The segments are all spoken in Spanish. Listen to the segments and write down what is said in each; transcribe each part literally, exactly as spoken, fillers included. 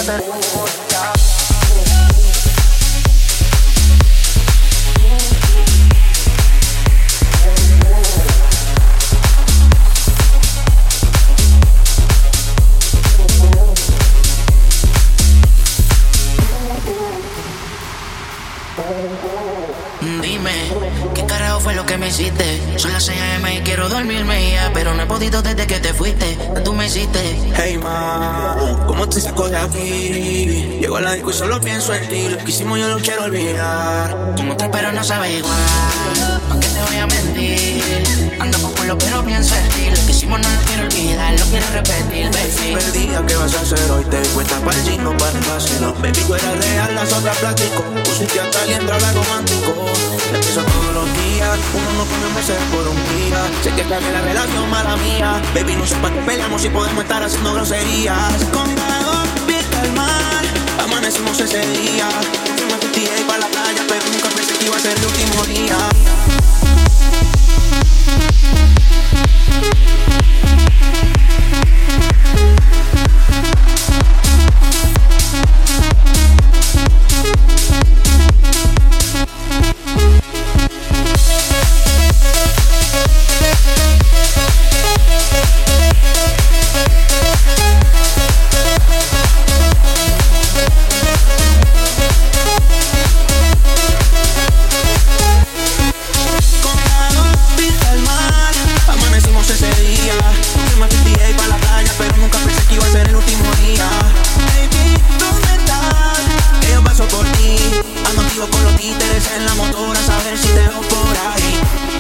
Dime, ¿qué carajo fue lo que me hiciste? Son las seis a eme y quiero dormirme ya, pero no he podido desde que te fuiste. ¿Qué tú me hiciste? Hey ma, ¿cómo te saco de aquí? Llego a la disco y solo pienso en ti. Lo que hicimos yo lo quiero olvidar. Como otra pero no sabe igual. ¿Para qué te voy a mentir? Ando con culo pero pienso en ti. Lo que hicimos no lo quiero olvidar, lo quiero repetir, baby. Perdida, ¿qué vas a hacer hoy? Te cuesta para el chino, para el vacilo. Baby, tú eras real, las otras platico. Pusiste hasta el entrada romántico. La pienso todos los días. Uno no come meses por un día. Sé que cagué la relación, mala mía. Baby, no sé para qué peleamos si podemos estar haciendo groserías. Condado, vista al mar. Amanecimos ese día. Fuimos a ti para la playa, pero nunca pensé que iba a ser el último día. En la motora, a saber si te veo por ahí.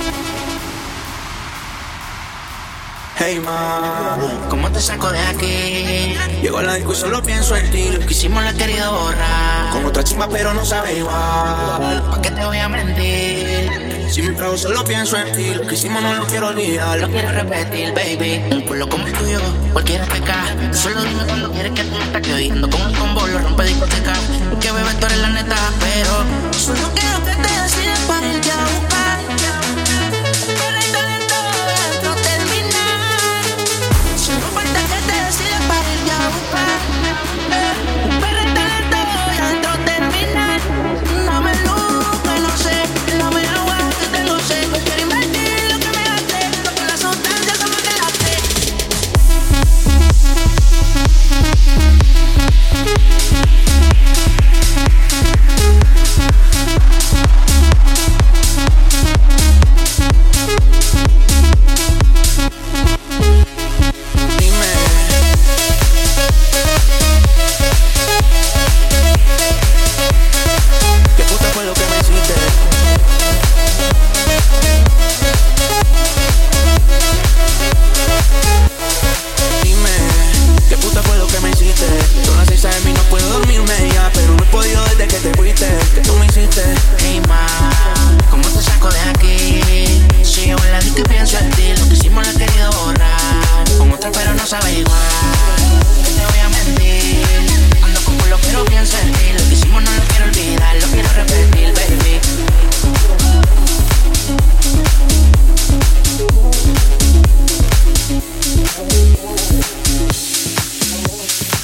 Hey ma, ¿cómo te saco de aquí? Llego a la disco y solo pienso en ti. Lo que hicimos lo he querido borrar. Con otra chimba pero no sabe igual. ¿Para qué te voy a mentir? Si me trago solo pienso en ti. Lo que hicimos no lo quiero olvidar, lo quiero repetir, baby. Un culo como el tuyo, cualquiera peca. Solo dime cuando quieres que tú me estás oyendo. Con un combo lo rompe discoteca. Que bebé tú eres la neta, pero solo quiero que te decidas para irte a buscar. Pero el talento dentro terminar. Solo falta que te decidas para irte a buscar. Pero el talento dentro terminar. Dame luz, que no sé, dame agua, que tengo sed. Quiero invertir lo que me gasté, porque las sustancias son más que las té.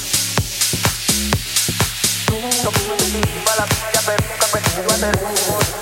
Para la playa, pero nunca pensé que iba a ser